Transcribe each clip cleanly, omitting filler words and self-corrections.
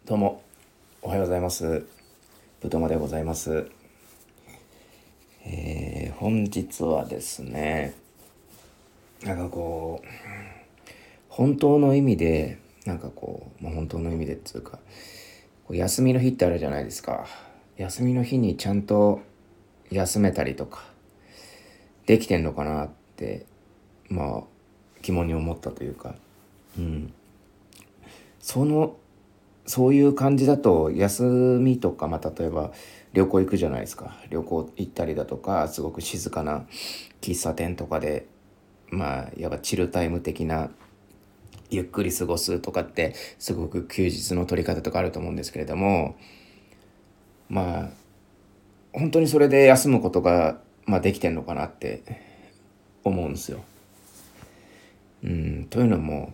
どうもおはようございます。ぶとまでございます。本日はですね、本当の意味で本当の意味でっていうか、休みの日ってあるじゃないですか。休みの日にちゃんと休めたりとかできてんのかなって疑問に思ったというか、うん、そのそういう感じだと休みとか、例えば旅行行くじゃないですか。旅行行ったりだとか、すごく静かな喫茶店とかでやっぱチルタイム的なゆっくり過ごすとかってすごく休日の取り方とかあると思うんですけれども、本当にそれで休むことができてんのかなって思うんですよ。というのも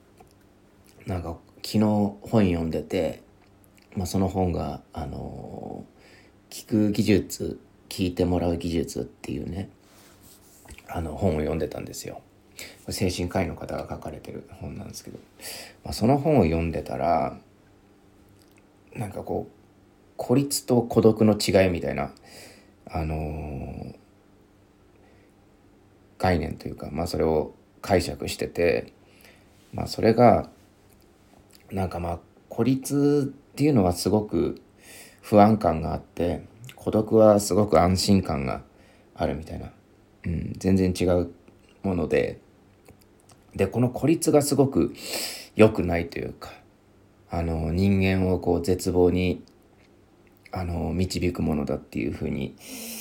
昨日本読んでて、その本が聞く技術、聞いてもらう技術っていうね、本を読んでたんですよ。精神科医の方が書かれてる本なんですけど、その本を読んでたら孤立と孤独の違いみたいな、概念というか、それを解釈してて、それが孤立っていうのはすごく不安感があって、孤独はすごく安心感があるみたいな、全然違うもので、この孤立がすごく良くないというか、人間を絶望に導くものだっていうふうに、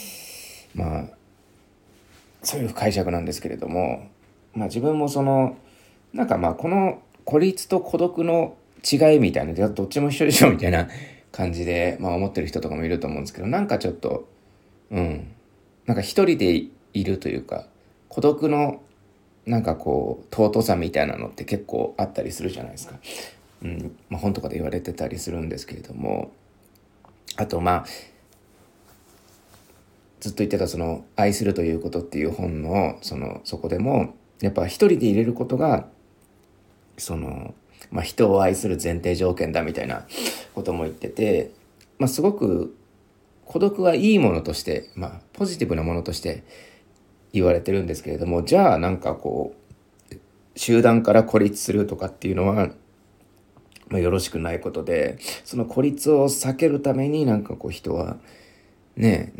そういう解釈なんですけれども、自分もこの孤立と孤独の違いみたいな、どっちも一緒でしょみたいな感じで、思ってる人とかもいると思うんですけど、ちょっと一人でいるというか、孤独の尊さみたいなのって結構あったりするじゃないですか。本とかで言われてたりするんですけれども、あとずっと言ってたその愛するということっていう本のそこでもやっぱ一人でいれることが人を愛する前提条件だみたいなことも言ってて、すごく孤独はいいものとして、ポジティブなものとして言われてるんですけれども、じゃあ集団から孤立するとかっていうのは、よろしくないことで、その孤立を避けるために人はね、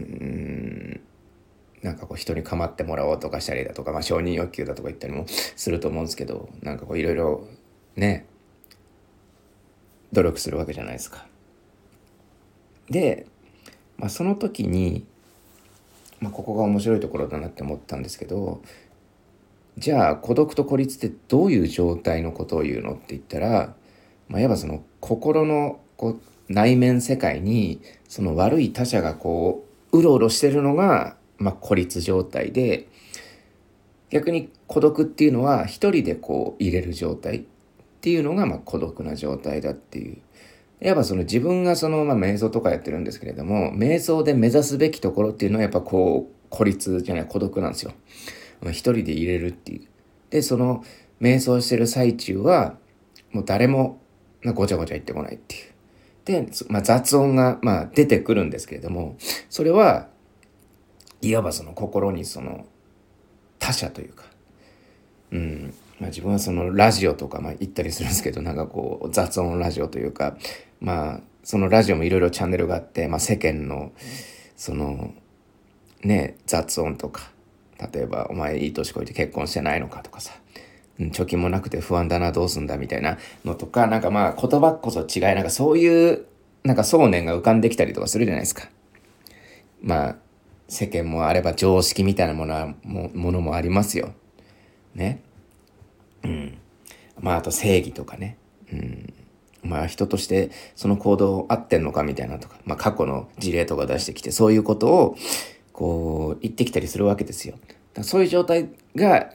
人に構ってもらおうとかしたりだとか、承認欲求だとか言ったりもすると思うんですけど、いろいろね努力するわけじゃないですか。で、その時に、ここが面白いところだなって思ったんですけど、じゃあ孤独と孤立ってどういう状態のことを言うのって言ったら、いわばその心の内面世界にその悪い他者がうろうろしてるのが、孤立状態で、逆に孤独っていうのは一人で入れる状態っていうのが孤独な状態だっていう。やっぱその自分が瞑想とかやってるんですけれども、瞑想で目指すべきところっていうのはやっぱ孤立じゃない、孤独なんですよ。一人で入れるっていう。でその瞑想してる最中はもう誰もごちゃごちゃ言ってこないっていう。で、雑音が出てくるんですけれども、それはいわばその心にその他者というか、自分はそのラジオとか行ったりするんですけど、雑音ラジオというか、そのラジオもいろいろチャンネルがあって、世間のその雑音とか、例えばお前いい年こいて結婚してないのかとかさ、貯金もなくて不安だなどうすんだみたいなのとか、言葉こそ違い、そういう想念が浮かんできたりとかするじゃないですか。世間もあれば常識みたいなものもありますよね。あと正義とかね、人としてその行動合ってんのかみたいなとか、過去の事例とか出してきて、そういうことを言ってきたりするわけですよ。そういう状態が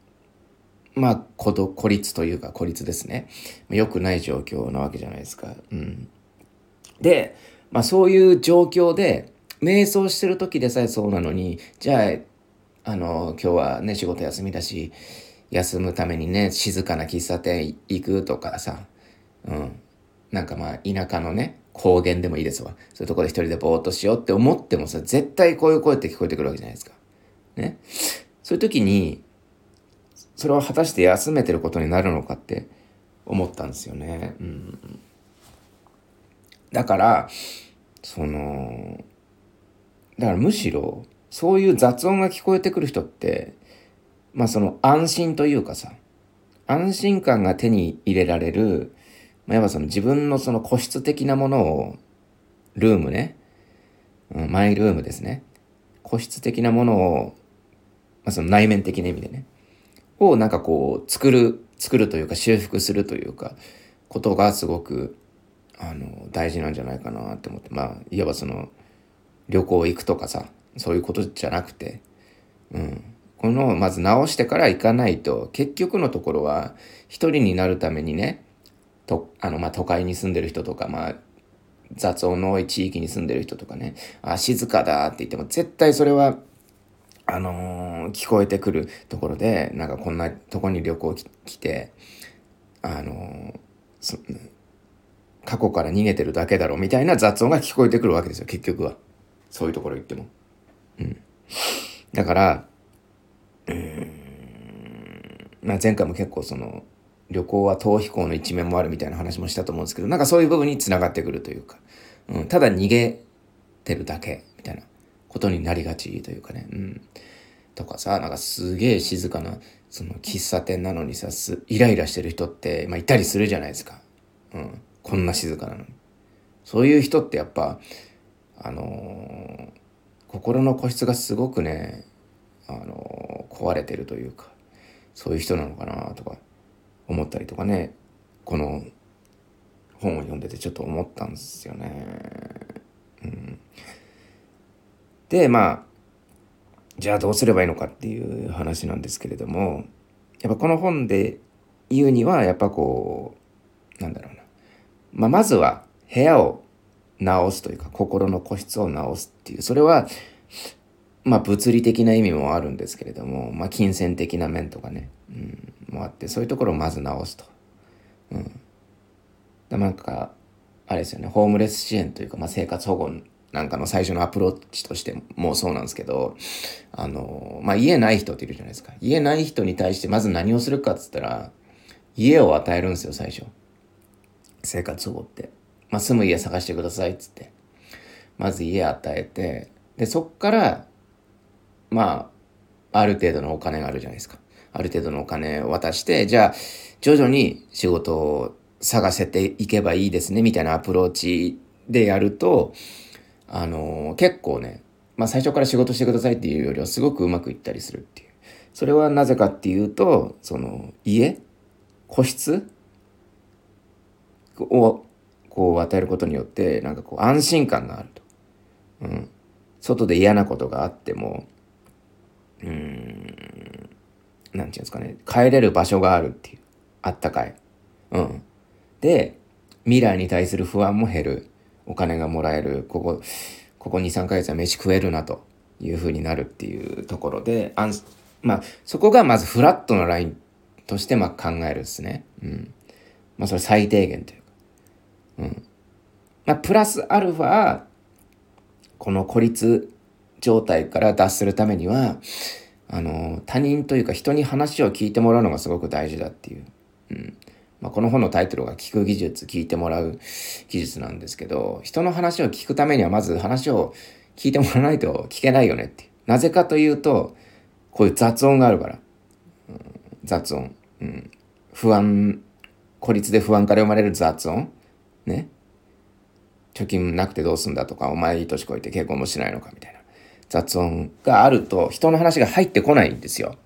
孤立というか孤立ですね。良くない状況なわけじゃないですか。で、そういう状況で瞑想してる時でさえそうなのに、じゃあ今日はね仕事休みだし、休むためにね静かな喫茶店行くとかさ、 なんかまあ田舎のね、高原でもいいですわ。そういうところで一人でぼーっとしようって思ってもさ、絶対こういう声って聞こえてくるわけじゃないですか。ね。そういう時に、それを果たして休めてることになるのかって思ったんですよね。だから、だからむしろ、そういう雑音が聞こえてくる人って、まあその安心というかさ、安心感が手に入れられる、まあ、やっぱその自分のその個室的なものを、ルームね、マイルームですね。個室的なものを、まあその内面的な意味でね、をなんかこう作るというか修復するというか、ことがすごく、大事なんじゃないかなって思って、まあ、いわばその、旅行行くとかさ、そういうことじゃなくて、このまず直してから行かないと、結局のところは一人になるためにね、まあ都会に住んでる人とか、まあ雑音の多い地域に住んでる人とかね、静かだって言っても絶対それは聞こえてくるところで、なんかこんなとこに旅行来て、過去から逃げてるだけだろみたいな雑音が聞こえてくるわけですよ、結局は。そういうところ行っても。だから、まあ、前回も結構その、旅行は逃避行の一面もあるみたいな話もしたと思うんですけど、なんかそういう部分に繋がってくるというか、ただ逃げてるだけみたいなことになりがちというかね、とかさ、なんかすげえ静かな、その喫茶店なのにさ、イライラしてる人って、まあいたりするじゃないですか。こんな静かなのに。そういう人ってやっぱ、心の個室がすごくね、壊れてるというか、そういう人なのかなとか思ったりとかね、この本を読んでてちょっと思ったんですよね。で、まあ、じゃあどうすればいいのかっていう話なんですけれども、やっぱこの本で言うには、やっぱこう、なんだろうな。まずは部屋を直すというか、心の個室を直すっていう、それは、まあ物理的な意味もあるんですけれども、まあ金銭的な面とかね、もあって、そういうところをまず直すと。なんか、あれですよね、ホームレス支援というか、まあ生活保護なんかの最初のアプローチとしてもそうなんですけど、まあ家ない人っているじゃないですか。家ない人に対してまず何をするかっつったら、家を与えるんですよ、最初。生活保護って。まあ住む家探してくださいっつって。まず家与えて、で、そっから、まあ、ある程度のお金があるじゃないですか。ある程度のお金を渡して、じゃあ、徐々に仕事を探せていけばいいですね、みたいなアプローチでやると、結構ね、まあ最初から仕事してくださいっていうよりはすごくうまくいったりするっていう。それはなぜかっていうと、その、個室をこう与えることによって、なんかこう安心感があると。外で嫌なことがあっても、なんていうんですかね、帰れる場所があるっていう。あったかい。で、未来に対する不安も減る。お金がもらえる。ここ2、3ヶ月は飯食えるなという風になるっていうところで、まあ、そこがまずフラットなラインとしてまあ考えるですね。まあ、それ最低限というか。まあ、プラスアルファ、この孤立状態から脱するためには、他人というか人に話を聞いてもらうのがすごく大事だっていう。まあ、この本のタイトルが聞く技術、聞いてもらう技術なんですけど、人の話を聞くためにはまず話を聞いてもらわないと聞けないよねっていう。なぜかというと、こういう雑音があるから。雑音。不安、孤立で不安から生まれる雑音。ね。貯金なくてどうすんだとか、お前いい年こいて結婚もしないのかみたいな雑音があると人の話が入ってこないんですよ。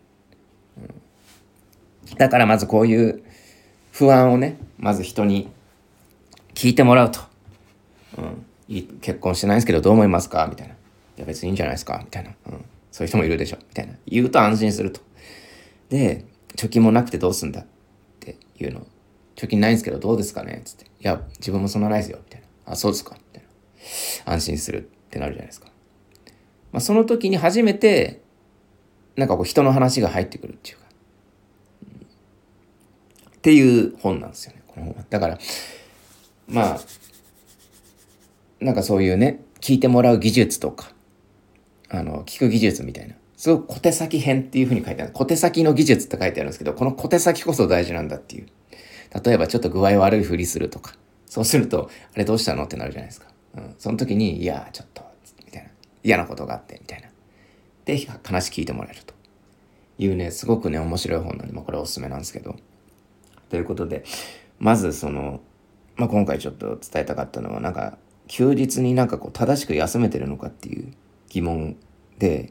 だからまずこういう不安をね、まず人に聞いてもらうと。結婚してないんですけどどう思いますかみたいな。いや別にいいんじゃないですかみたいな。そういう人もいるでしょみたいな。言うと安心すると。で、貯金もなくてどうすんだっていうの。貯金ないんですけどどうですかねつって。いや、自分もそんなないですよみたいな。あ、そうですかみたいな。安心するってなるじゃないですか。まあ、その時に初めて、なんかこう人の話が入ってくるっていうか、っていう本なんですよね、この本は。だから、 まあなんかそういうね、聞いてもらう技術とか、聞く技術みたいな、すごく小手先編っていう風に書いてある。小手先の技術って書いてあるんですけど、この小手先こそ大事なんだっていう。例えばちょっと具合悪いふりするとか、そうすると、あれどうしたのってなるじゃないですか。その時に、いや、ちょっと、みたいな。嫌なことがあって、みたいな。で、話聞いてもらえるというね、すごくね、面白い本なんで、これおすすめなんですけど。ということで、まず今回ちょっと伝えたかったのは、なんか、休日になんかこう、正しく休めてるのかっていう疑問で、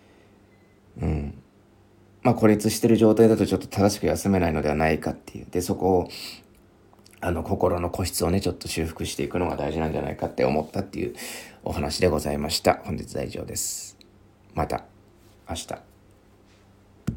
孤立してる状態だとちょっと正しく休めないのではないかっていう。で、そこを、心の個室をね、ちょっと修復していくのが大事なんじゃないかって思ったっていうお話でございました。本日は以上です。また明日。